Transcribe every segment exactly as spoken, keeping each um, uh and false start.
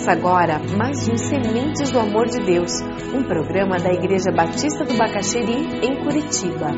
Começa agora mais um Sementes do Amor de Deus, um programa da Igreja Batista do Bacaxeri, em Curitiba.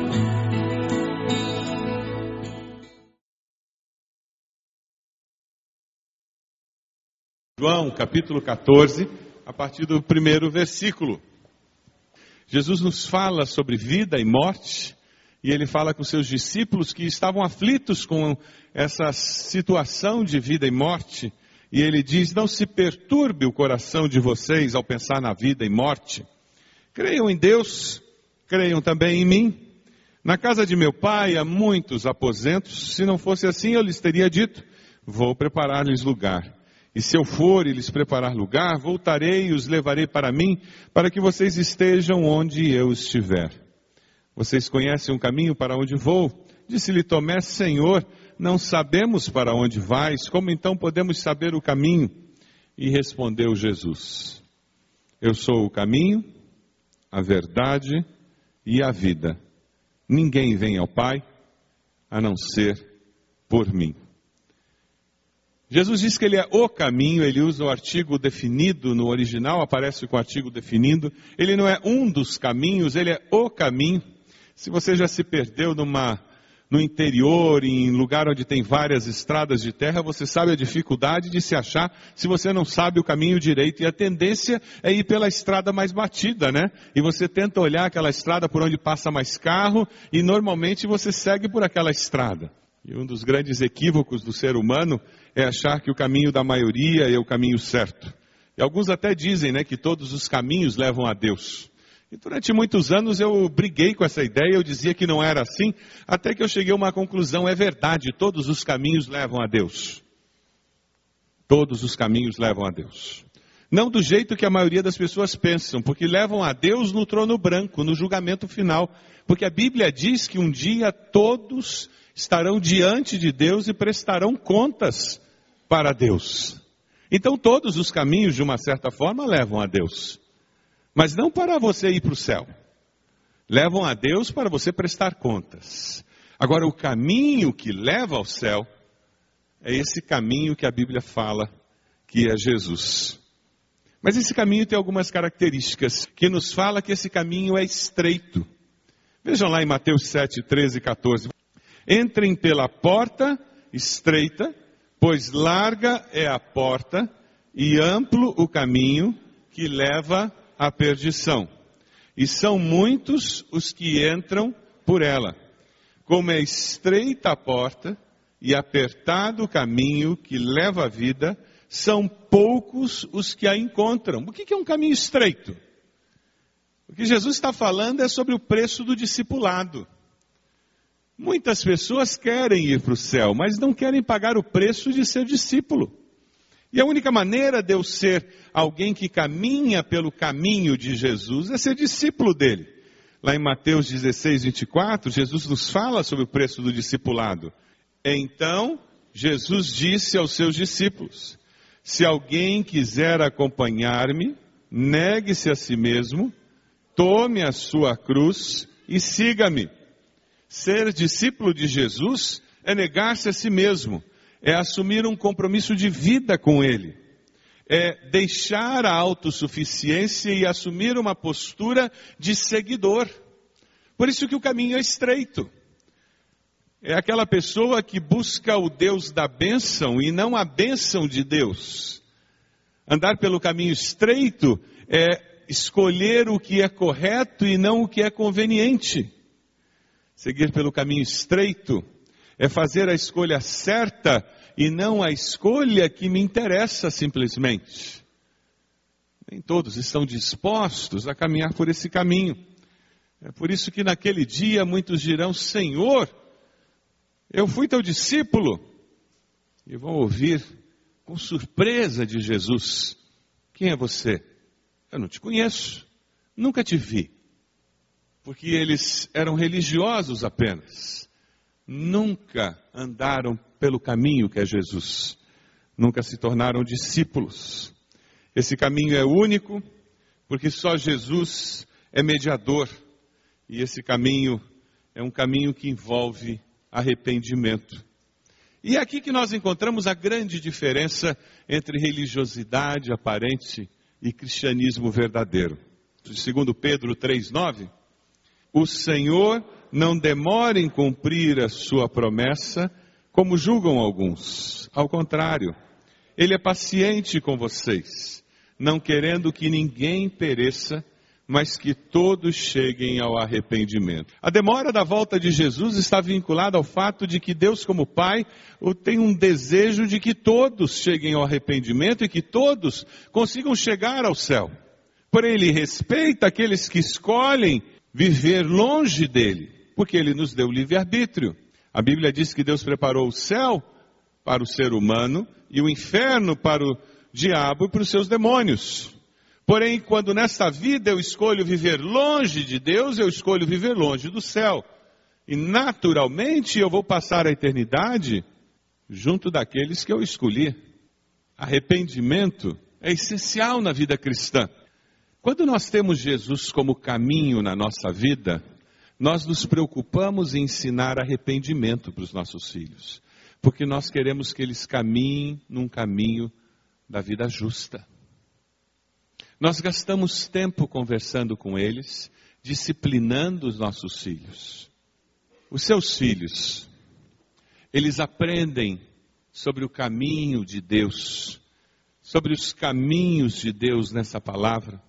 João, capítulo quatorze, a partir do primeiro versículo. Jesus nos fala sobre vida e morte, e ele fala com seus discípulos que estavam aflitos com essa situação de vida e morte. E ele diz: não se perturbe o coração de vocês ao pensar na vida e morte. Creiam em Deus, creiam também em mim. Na casa de meu pai há muitos aposentos. Se não fosse assim, eu lhes teria dito: vou preparar-lhes lugar. E se eu for e lhes preparar lugar, voltarei e os levarei para mim, para que vocês estejam onde eu estiver. Vocês conhecem o caminho para onde vou? Disse-lhe Tomé: Senhor, não sabemos para onde vais, como então podemos saber o caminho? E respondeu Jesus: eu sou o caminho, a verdade e a vida. Ninguém vem ao Pai a não ser por mim. Jesus diz que ele é o caminho, ele usa o artigo definido, no original aparece com o artigo definido. Ele não é um dos caminhos, ele é o caminho. Se você já se perdeu numa, no interior, em lugar onde tem várias estradas de terra, você sabe a dificuldade de se achar se você não sabe o caminho direito. E a tendência é ir pela estrada mais batida, né? E você tenta olhar aquela estrada por onde passa mais carro e normalmente você segue por aquela estrada. E um dos grandes equívocos do ser humano é achar que o caminho da maioria é o caminho certo. E alguns até dizem, né, que todos os caminhos levam a Deus. E durante muitos anos eu briguei com essa ideia, eu dizia que não era assim, até que eu cheguei a uma conclusão: é verdade, todos os caminhos levam a Deus. Todos os caminhos levam a Deus. Não do jeito que a maioria das pessoas pensam, porque levam a Deus no trono branco, no julgamento final. Porque a Bíblia diz que um dia todos estarão diante de Deus e prestarão contas para Deus. Então todos os caminhos, de uma certa forma, levam a Deus. Mas não para você ir para o céu. Levam a Deus para você prestar contas. Agora, o caminho que leva ao céu é esse caminho que a Bíblia fala que é Jesus. Mas esse caminho tem algumas características que nos fala que esse caminho é estreito. Vejam lá em Mateus sete, treze e quatorze. Entrem pela porta estreita, pois larga é a porta e amplo o caminho que leva à perdição. E são muitos os que entram por ela. Como é estreita a porta e apertado o caminho que leva à vida, são poucos os que a encontram. O que é um caminho estreito? O que Jesus está falando é sobre o preço do discipulado. Muitas pessoas querem ir para o céu, mas não querem pagar o preço de ser discípulo. E a única maneira de eu ser alguém que caminha pelo caminho de Jesus é ser discípulo dele. Lá em Mateus dezesseis, vinte e quatro, Jesus nos fala sobre o preço do discipulado. Então, Jesus disse aos seus discípulos: se alguém quiser acompanhar-me, negue-se a si mesmo, tome a sua cruz e siga-me. Ser discípulo de Jesus é negar-se a si mesmo, é assumir um compromisso de vida com Ele, é deixar a autossuficiência e assumir uma postura de seguidor. Por isso que o caminho é estreito. É aquela pessoa que busca o Deus da bênção e não a bênção de Deus. Andar pelo caminho estreito é escolher o que é correto e não o que é conveniente. Seguir pelo caminho estreito é fazer a escolha certa e não a escolha que me interessa simplesmente. Nem todos estão dispostos a caminhar por esse caminho. É por isso que naquele dia muitos dirão: Senhor, eu fui teu discípulo. E vão ouvir com surpresa de Jesus: quem é você? Eu não te conheço, nunca te vi. Porque eles eram religiosos apenas. Nunca andaram pelo caminho que é Jesus. Nunca se tornaram discípulos. Esse caminho é único, porque só Jesus é mediador. E esse caminho é um caminho que envolve arrependimento. E é aqui que nós encontramos a grande diferença entre religiosidade aparente e cristianismo verdadeiro. Segundo Pedro três, nove, o Senhor não demora em cumprir a sua promessa, como julgam alguns. Ao contrário, Ele é paciente com vocês, não querendo que ninguém pereça, mas que todos cheguem ao arrependimento. A demora da volta de Jesus está vinculada ao fato de que Deus, como Pai, tem um desejo de que todos cheguem ao arrependimento e que todos consigam chegar ao céu. Porém, Ele respeita aqueles que escolhem viver longe dEle, porque Ele nos deu livre-arbítrio. A Bíblia diz que Deus preparou o céu para o ser humano e o inferno para o diabo e para os seus demônios. Porém, quando nesta vida eu escolho viver longe de Deus, eu escolho viver longe do céu. E naturalmente eu vou passar a eternidade junto daqueles que eu escolhi. Arrependimento é essencial na vida cristã. Quando nós temos Jesus como caminho na nossa vida, nós nos preocupamos em ensinar arrependimento para os nossos filhos. Porque nós queremos que eles caminhem num caminho da vida justa. Nós gastamos tempo conversando com eles, disciplinando os nossos filhos. Os seus filhos, eles aprendem sobre o caminho de Deus, sobre os caminhos de Deus nessa palavra.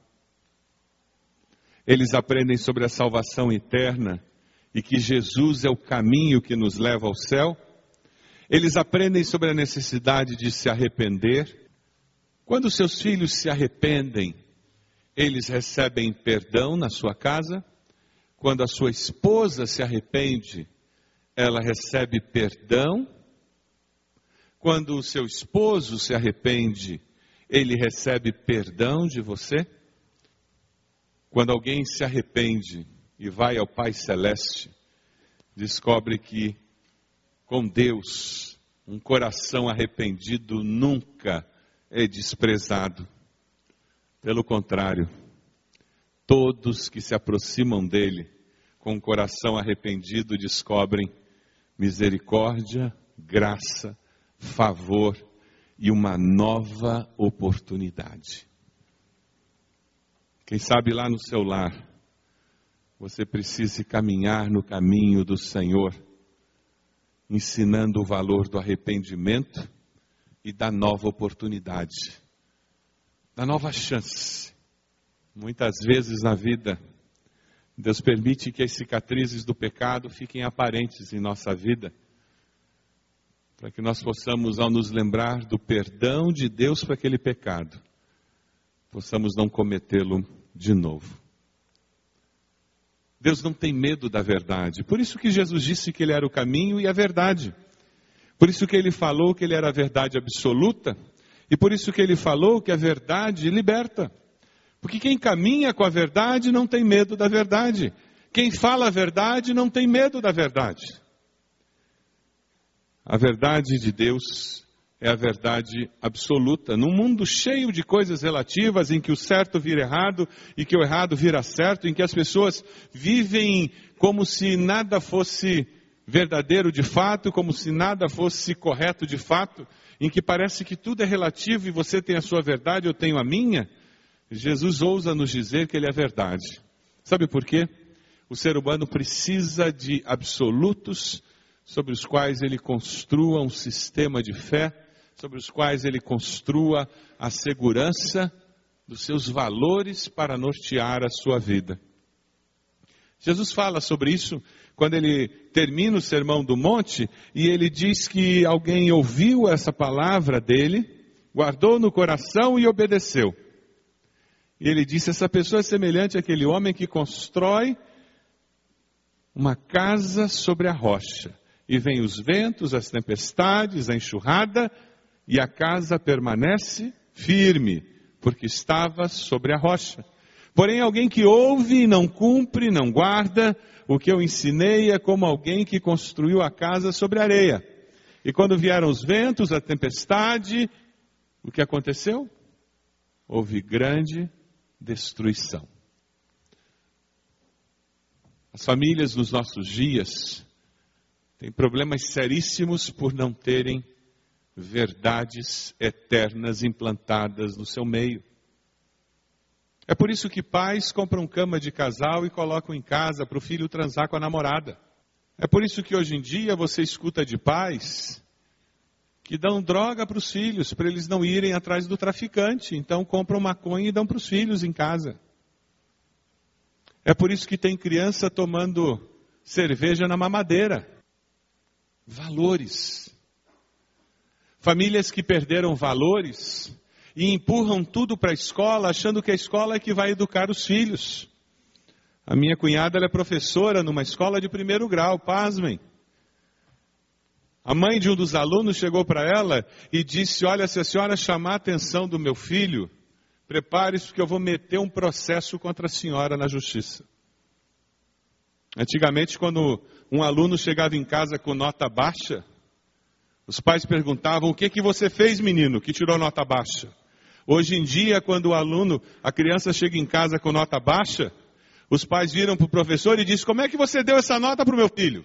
Eles aprendem sobre a salvação eterna e que Jesus é o caminho que nos leva ao céu. Eles aprendem sobre a necessidade de se arrepender. Quando seus filhos se arrependem, eles recebem perdão na sua casa. Quando a sua esposa se arrepende, ela recebe perdão. Quando o seu esposo se arrepende, ele recebe perdão de você. Quando alguém se arrepende e vai ao Pai Celeste, descobre que com Deus, um coração arrependido nunca é desprezado. Pelo contrário, todos que se aproximam dele com o coração arrependido descobrem misericórdia, graça, favor e uma nova oportunidade. Quem sabe lá no seu lar, você precise caminhar no caminho do Senhor, ensinando o valor do arrependimento e da nova oportunidade, da nova chance. Muitas vezes na vida, Deus permite que as cicatrizes do pecado fiquem aparentes em nossa vida, para que nós possamos, ao nos lembrar do perdão de Deus para aquele pecado, possamos não cometê-lo de novo. Deus não tem medo da verdade. Por isso que Jesus disse que Ele era o caminho e a verdade. Por isso que Ele falou que Ele era a verdade absoluta. E por isso que Ele falou que a verdade liberta. Porque quem caminha com a verdade não tem medo da verdade. Quem fala a verdade não tem medo da verdade. A verdade de Deus é a verdade absoluta. Num mundo cheio de coisas relativas, em que o certo vira errado e que o errado vira certo, em que as pessoas vivem como se nada fosse verdadeiro de fato, como se nada fosse correto de fato, em que parece que tudo é relativo e você tem a sua verdade, eu tenho a minha, Jesus ousa nos dizer que Ele é verdade. Sabe por quê? O ser humano precisa de absolutos sobre os quais ele construa um sistema de fé, sobre os quais ele construa a segurança dos seus valores para nortear a sua vida. Jesus fala sobre isso quando ele termina o Sermão do Monte e ele diz que alguém ouviu essa palavra dele, guardou no coração e obedeceu. E ele disse, essa pessoa é semelhante àquele homem que constrói uma casa sobre a rocha. E vem os ventos, as tempestades, a enxurrada, e a casa permanece firme, porque estava sobre a rocha. Porém, alguém que ouve e não cumpre, não guarda, o que eu ensinei é como alguém que construiu a casa sobre a areia. E quando vieram os ventos, a tempestade, o que aconteceu? Houve grande destruição. As famílias nos nossos dias têm problemas seríssimos por não terem verdades eternas implantadas no seu meio. É por isso que pais compram cama de casal e colocam em casa para o filho transar com a namorada. É por isso que hoje em dia você escuta de pais que dão droga para os filhos, para eles não irem atrás do traficante. Então compram maconha e dão para os filhos em casa. É por isso que tem criança tomando cerveja na mamadeira. Valores. Famílias que perderam valores e empurram tudo para a escola, achando que a escola é que vai educar os filhos. A minha cunhada ela é professora numa escola de primeiro grau, pasmem. A mãe de um dos alunos chegou para ela e disse, olha, se a senhora chamar a atenção do meu filho, prepare-se porque eu vou meter um processo contra a senhora na justiça. Antigamente, quando um aluno chegava em casa com nota baixa, os pais perguntavam, o que que você fez, menino, que tirou nota baixa? Hoje em dia, quando o aluno, a criança chega em casa com nota baixa, os pais viram para o professor e dizem, como é que você deu essa nota para o meu filho?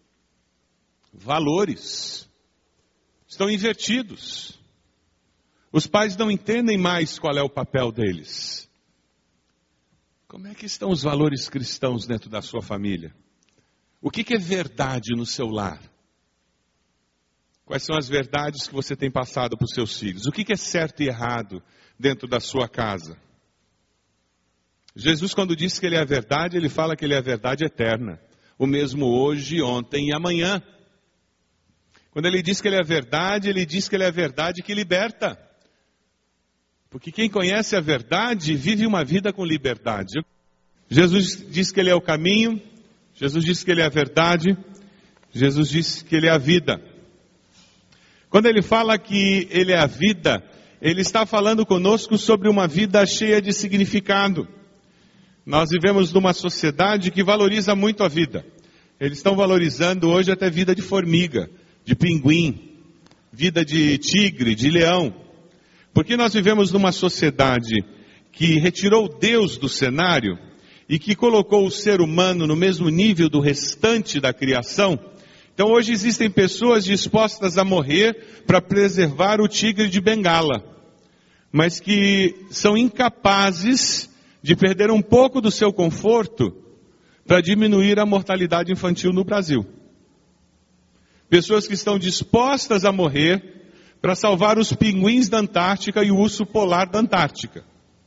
Valores estão invertidos. Os pais não entendem mais qual é o papel deles. Como é que estão os valores cristãos dentro da sua família? O que que é verdade no seu lar? Quais são as verdades que você tem passado para os seus filhos? O que que é certo e errado dentro da sua casa? Jesus, quando diz que Ele é a verdade, Ele fala que Ele é a verdade eterna. O mesmo hoje, ontem e amanhã. Quando Ele diz que Ele é a verdade, Ele diz que Ele é a verdade que liberta. Porque quem conhece a verdade, vive uma vida com liberdade. Jesus diz que Ele é o caminho, Jesus diz que Ele é a verdade, Jesus diz que Ele é a vida. Quando Ele fala que Ele é a vida, Ele está falando conosco sobre uma vida cheia de significado. Nós vivemos numa sociedade que valoriza muito a vida. Eles estão valorizando hoje até vida de formiga, de pinguim, vida de tigre, de leão. Porque nós vivemos numa sociedade que retirou Deus do cenário e que colocou o ser humano no mesmo nível do restante da criação. Então hoje existem pessoas dispostas a morrer para preservar o tigre de Bengala, mas que são incapazes de perder um pouco do seu conforto para diminuir a mortalidade infantil no Brasil. Pessoas que estão dispostas a morrer para salvar os pinguins da Antártica e o urso polar da Antártica.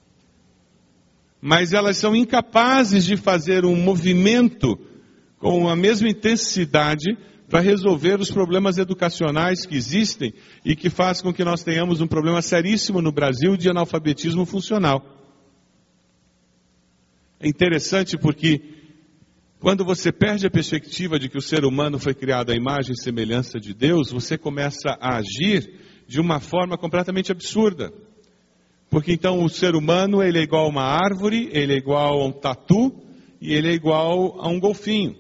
Mas elas são incapazes de fazer um movimento com a mesma intensidade para resolver os problemas educacionais que existem e que faz com que nós tenhamos um problema seríssimo no Brasil de analfabetismo funcional. É interessante porque quando você perde a perspectiva de que o ser humano foi criado à imagem e semelhança de Deus, você começa a agir de uma forma completamente absurda. Porque então o ser humano ele é igual a uma árvore, ele é igual a um tatu e ele é igual a um golfinho.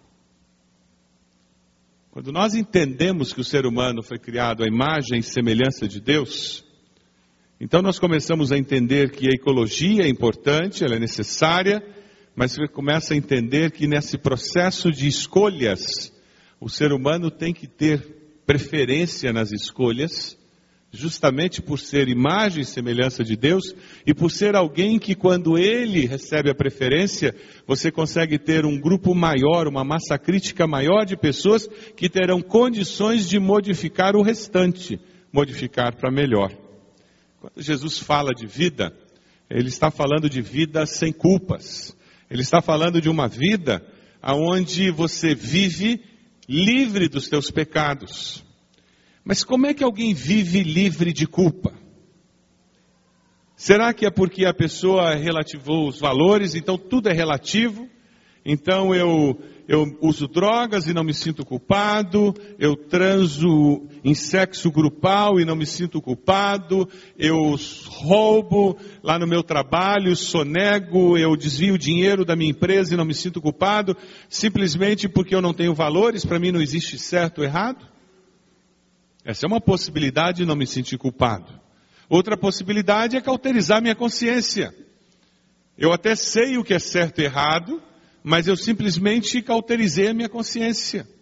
Quando nós entendemos que o ser humano foi criado à imagem e semelhança de Deus, então nós começamos a entender que a ecologia é importante, ela é necessária, mas você começa a entender que nesse processo de escolhas, o ser humano tem que ter preferência nas escolhas, justamente por ser imagem e semelhança de Deus, e por ser alguém que quando ele recebe a preferência, você consegue ter um grupo maior, uma massa crítica maior de pessoas que terão condições de modificar o restante, modificar para melhor. Quando Jesus fala de vida, ele está falando de vida sem culpas. Ele está falando de uma vida onde você vive livre dos teus pecados. Mas como é que alguém vive livre de culpa? Será que é porque a pessoa relativou os valores, então tudo é relativo? Então eu, eu uso drogas e não me sinto culpado, eu transo em sexo grupal e não me sinto culpado, eu roubo lá no meu trabalho, sonego, eu desvio dinheiro da minha empresa e não me sinto culpado, simplesmente porque eu não tenho valores, para mim não existe certo ou errado? Essa é uma possibilidade de não me sentir culpado. Outra possibilidade é cauterizar minha consciência. Eu até sei o que é certo e errado, mas eu simplesmente cauterizei a minha consciência.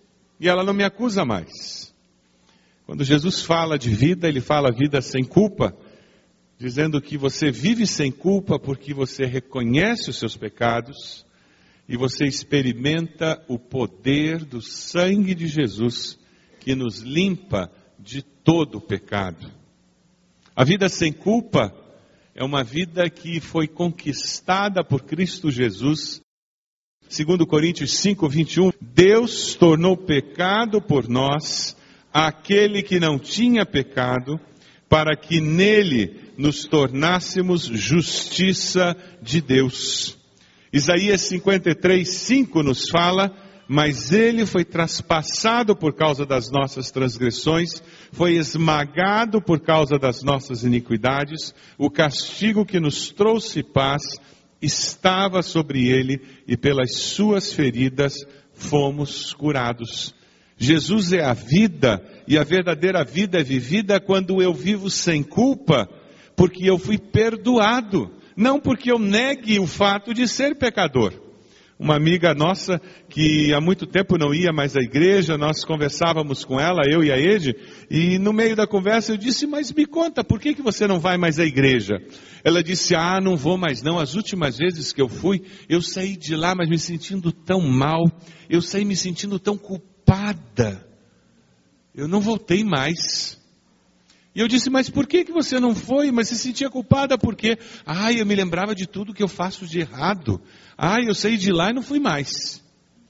e ela não me acusa mais. Quando Jesus fala de vida, ele fala vida sem culpa, dizendo que você vive sem culpa porque você reconhece os seus pecados e você experimenta o poder do sangue de Jesus que nos limpa de todo o pecado. A vida sem culpa é uma vida que foi conquistada por Cristo Jesus. Segundo Coríntios cinco, vinte e um, Deus tornou pecado por nós aquele que não tinha pecado, para que nele nos tornássemos justiça de Deus. Isaías cinquenta e três, cinco nos fala: mas ele foi traspassado por causa das nossas transgressões, foi esmagado por causa das nossas iniquidades, o castigo que nos trouxe paz estava sobre ele, e pelas suas feridas fomos curados. Jesus é a vida, e a verdadeira vida é vivida quando eu vivo sem culpa, porque eu fui perdoado, não porque eu negue o fato de ser pecador. Uma amiga nossa que há muito tempo não ia mais à igreja, nós conversávamos com ela, eu e a Ede, e no meio da conversa eu disse: mas me conta, por que que você não vai mais à igreja? Ela disse: ah, não vou mais não, as últimas vezes que eu fui, eu saí de lá, mas me sentindo tão mal, eu saí me sentindo tão culpada, eu não voltei mais. E eu disse: mas por que que você não foi? Mas se sentia culpada por quê? Ah, eu me lembrava de tudo que eu faço de errado. Ah, eu saí de lá e não fui mais.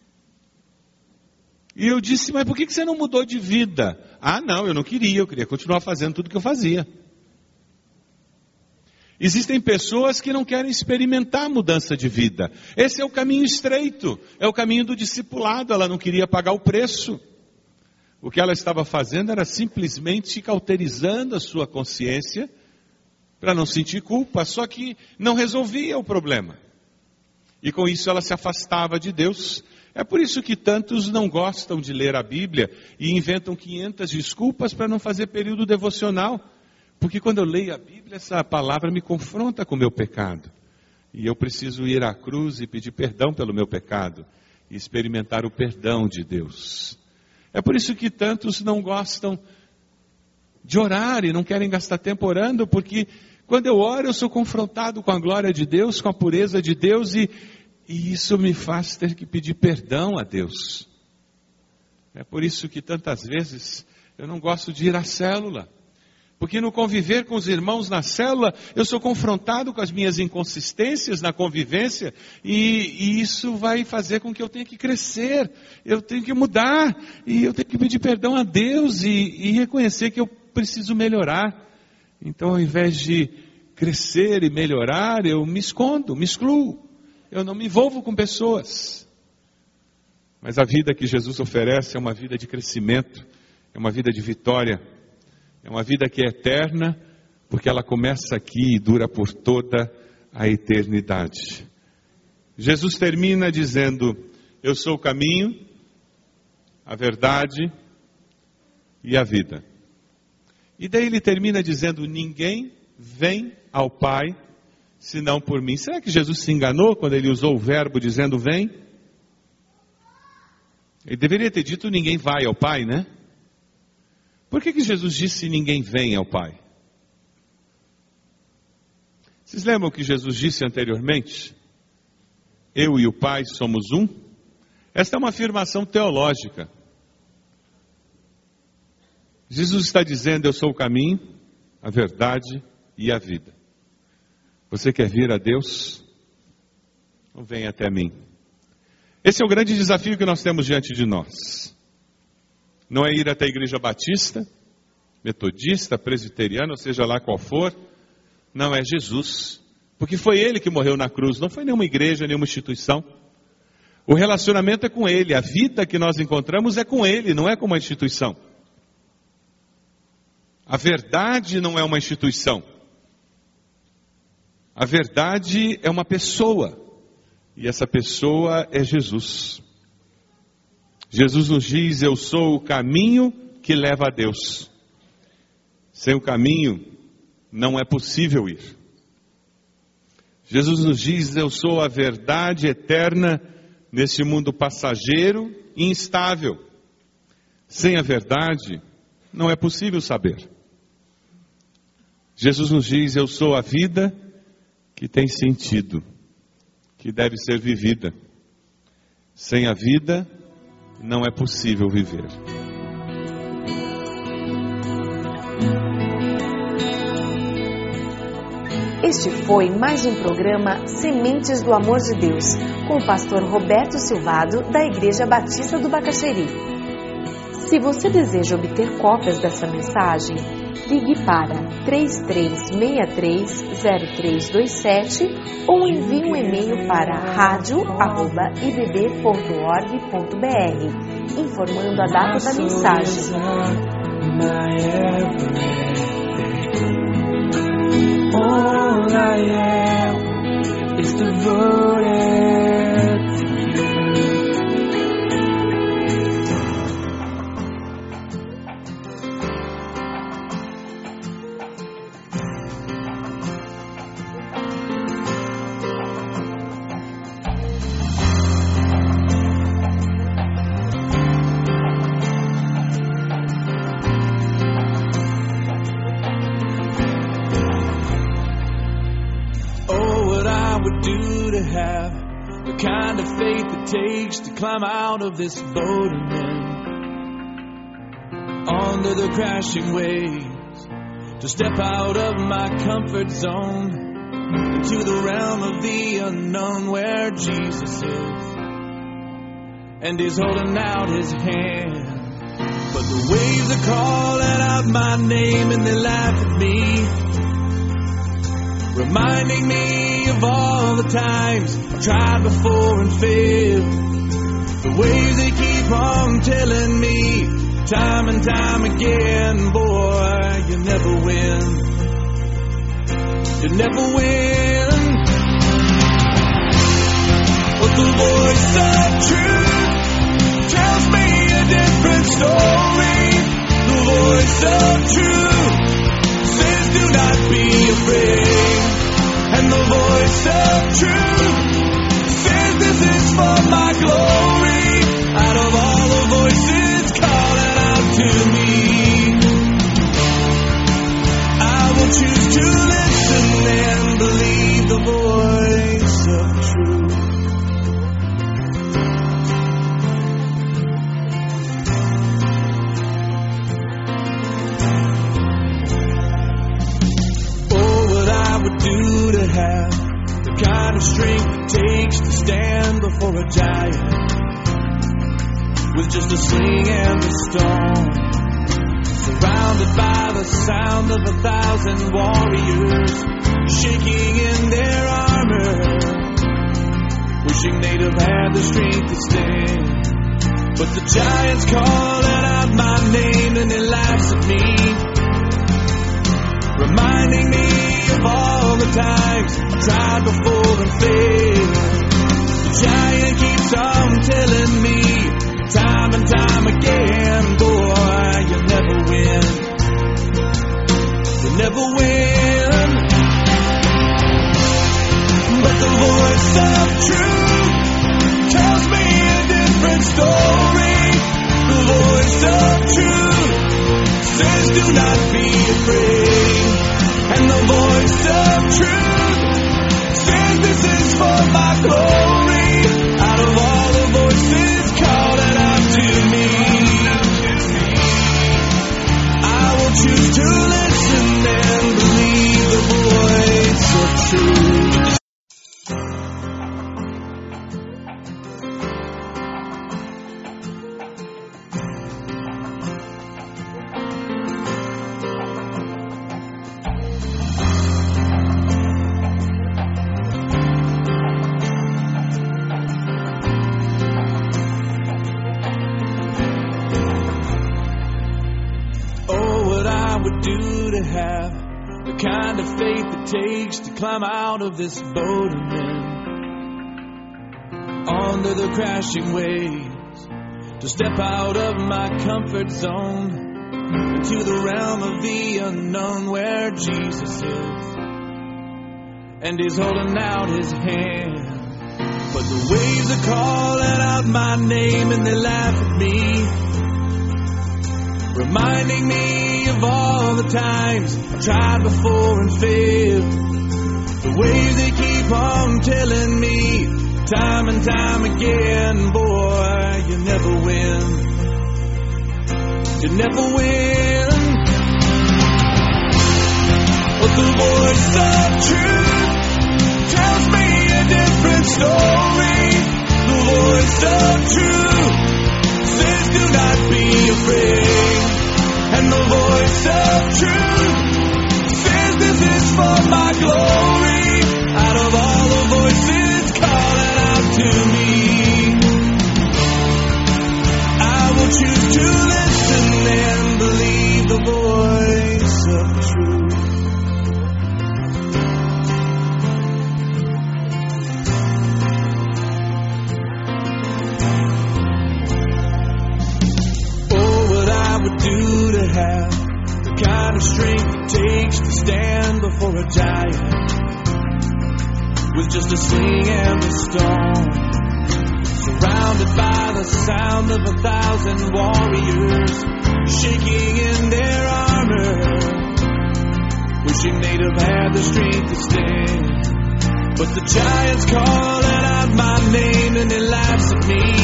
E eu disse: mas por que que você não mudou de vida? Ah, não, eu não queria, eu queria continuar fazendo tudo que eu fazia. Existem pessoas que não querem experimentar a mudança de vida. Esse é o caminho estreito, é o caminho do discipulado. Ela não queria pagar o preço. O que ela estava fazendo era simplesmente cauterizando a sua consciência para não sentir culpa, só que não resolvia o problema. E com isso ela se afastava de Deus. É por isso que tantos não gostam de ler a Bíblia e inventam quinhentas desculpas para não fazer período devocional. Porque quando eu leio a Bíblia, essa palavra me confronta com o meu pecado. E eu preciso ir à cruz e pedir perdão pelo meu pecado e experimentar o perdão de Deus. É por isso que tantos não gostam de orar e não querem gastar tempo orando, porque quando eu oro eu sou confrontado com a glória de Deus, com a pureza de Deus, e, e isso me faz ter que pedir perdão a Deus. É por isso que tantas vezes eu não gosto de ir à célula, porque no conviver com os irmãos na célula, eu sou confrontado com as minhas inconsistências na convivência, e, e isso vai fazer com que eu tenha que crescer, eu tenho que mudar, e eu tenho que pedir perdão a Deus, e, e reconhecer que eu preciso melhorar. Então, ao invés de crescer e melhorar, eu me escondo, me excluo, eu não me envolvo com pessoas. Mas a vida que Jesus oferece é uma vida de crescimento, é uma vida de vitória, é uma vida que é eterna, porque ela começa aqui e dura por toda a eternidade. Jesus termina dizendo: eu sou o caminho, a verdade e a vida. E daí ele termina dizendo: ninguém vem ao Pai senão por mim. Será que Jesus se enganou quando ele usou o verbo dizendo vem? Ele deveria ter dito ninguém vai ao Pai, né? Por que que Jesus disse ninguém vem ao Pai? Vocês lembram o que Jesus disse anteriormente? Eu e o Pai somos um? Esta é uma afirmação teológica. Jesus está dizendo: eu sou o caminho, a verdade e a vida. Você quer vir a Deus? Então venha até mim. Esse é o grande desafio que nós temos diante de nós. Não é ir até a igreja batista, metodista, presbiteriana, ou seja lá qual for. Não, é Jesus. Porque foi Ele que morreu na cruz, não foi nenhuma igreja, nenhuma instituição. O relacionamento é com Ele, a vida que nós encontramos é com Ele, não é com uma instituição. A verdade não é uma instituição. A verdade é uma pessoa. E essa pessoa é Jesus. Jesus nos diz: eu sou o caminho que leva a Deus. Sem o caminho, não é possível ir. Jesus nos diz: eu sou a verdade eterna neste mundo passageiro e instável. Sem a verdade, não é possível saber. Jesus nos diz: eu sou a vida que tem sentido, que deve ser vivida. Sem a vida, não é possível viver. Este foi mais um programa Sementes do Amor de Deus, com o pastor Roberto Silvado, da Igreja Batista do Bacaxeri. Se você deseja obter cópias dessa mensagem, ligue para três três seis três, zero três dois sete ou envie um e-mail para rádio arroba i b b ponto org ponto b r, informando a data da mensagem. All I am is devoted to you. The kind of faith it takes to climb out of this boat and then onto the crashing waves, to step out of my comfort zone into the realm of the unknown where Jesus is, and He's holding out His hand. But the waves are calling out my name and they laugh at me, reminding me of all the times I've tried before and failed. The waves they keep on telling me, time and time again, boy, you never win. You never win. But the voice of truth tells me a different story. The voice of truth says do not be afraid. And the voice of truth says this is for my glory. Out of all the voices calling out to me, I will choose to listen and believe the voice of truth. Oh, what I would do to have the kind of strength it takes to stand before a giant with just a sling and a stone, surrounded by the sound of a thousand warriors shaking in their armor, wishing they'd have had the strength to stand. But the giant's calling out my name and he laughs at me, reminding me of all the times I tried before and failed. The giant keeps on telling me, time and time again, boy, you never win. You never win. But the voice of truth tells me a different story. The voice of truth says do not be afraid. And the voice of truth says this is for my glory. Out of all the voices calling out to me, I will choose to listen and believe the voice of truth. Kind of faith it takes to climb out of this boat and then onto the crashing waves, to step out of my comfort zone into the realm of the unknown where Jesus is, and He's holding out His hand. But the waves are calling out my name and they laugh at me, reminding me of all the times I tried before and failed. The ways they keep on telling me, time and time again, boy, you never win. You never win. But the voice of truth tells me a different story. The voice of truth says do not be afraid. And the voice of truth says this is for my glory. Out of all the voices calling out to me, I will choose to listen and believe the voice of truth. Oh, what I would do to have the kind of strength it takes to stand before a giant with just a sling and a stone, surrounded by the sound of a thousand warriors shaking in their armor, wishing they'd have had the strength to stand. But the giant's calling out my name and he laughs at me,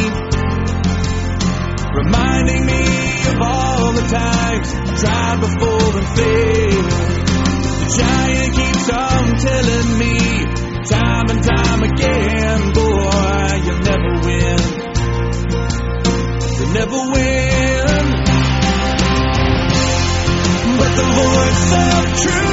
reminding me of all the times I tried before and failed. The giant keeps on telling me, time and time again, boy, you'll never win. You'll never win. But the voice of truth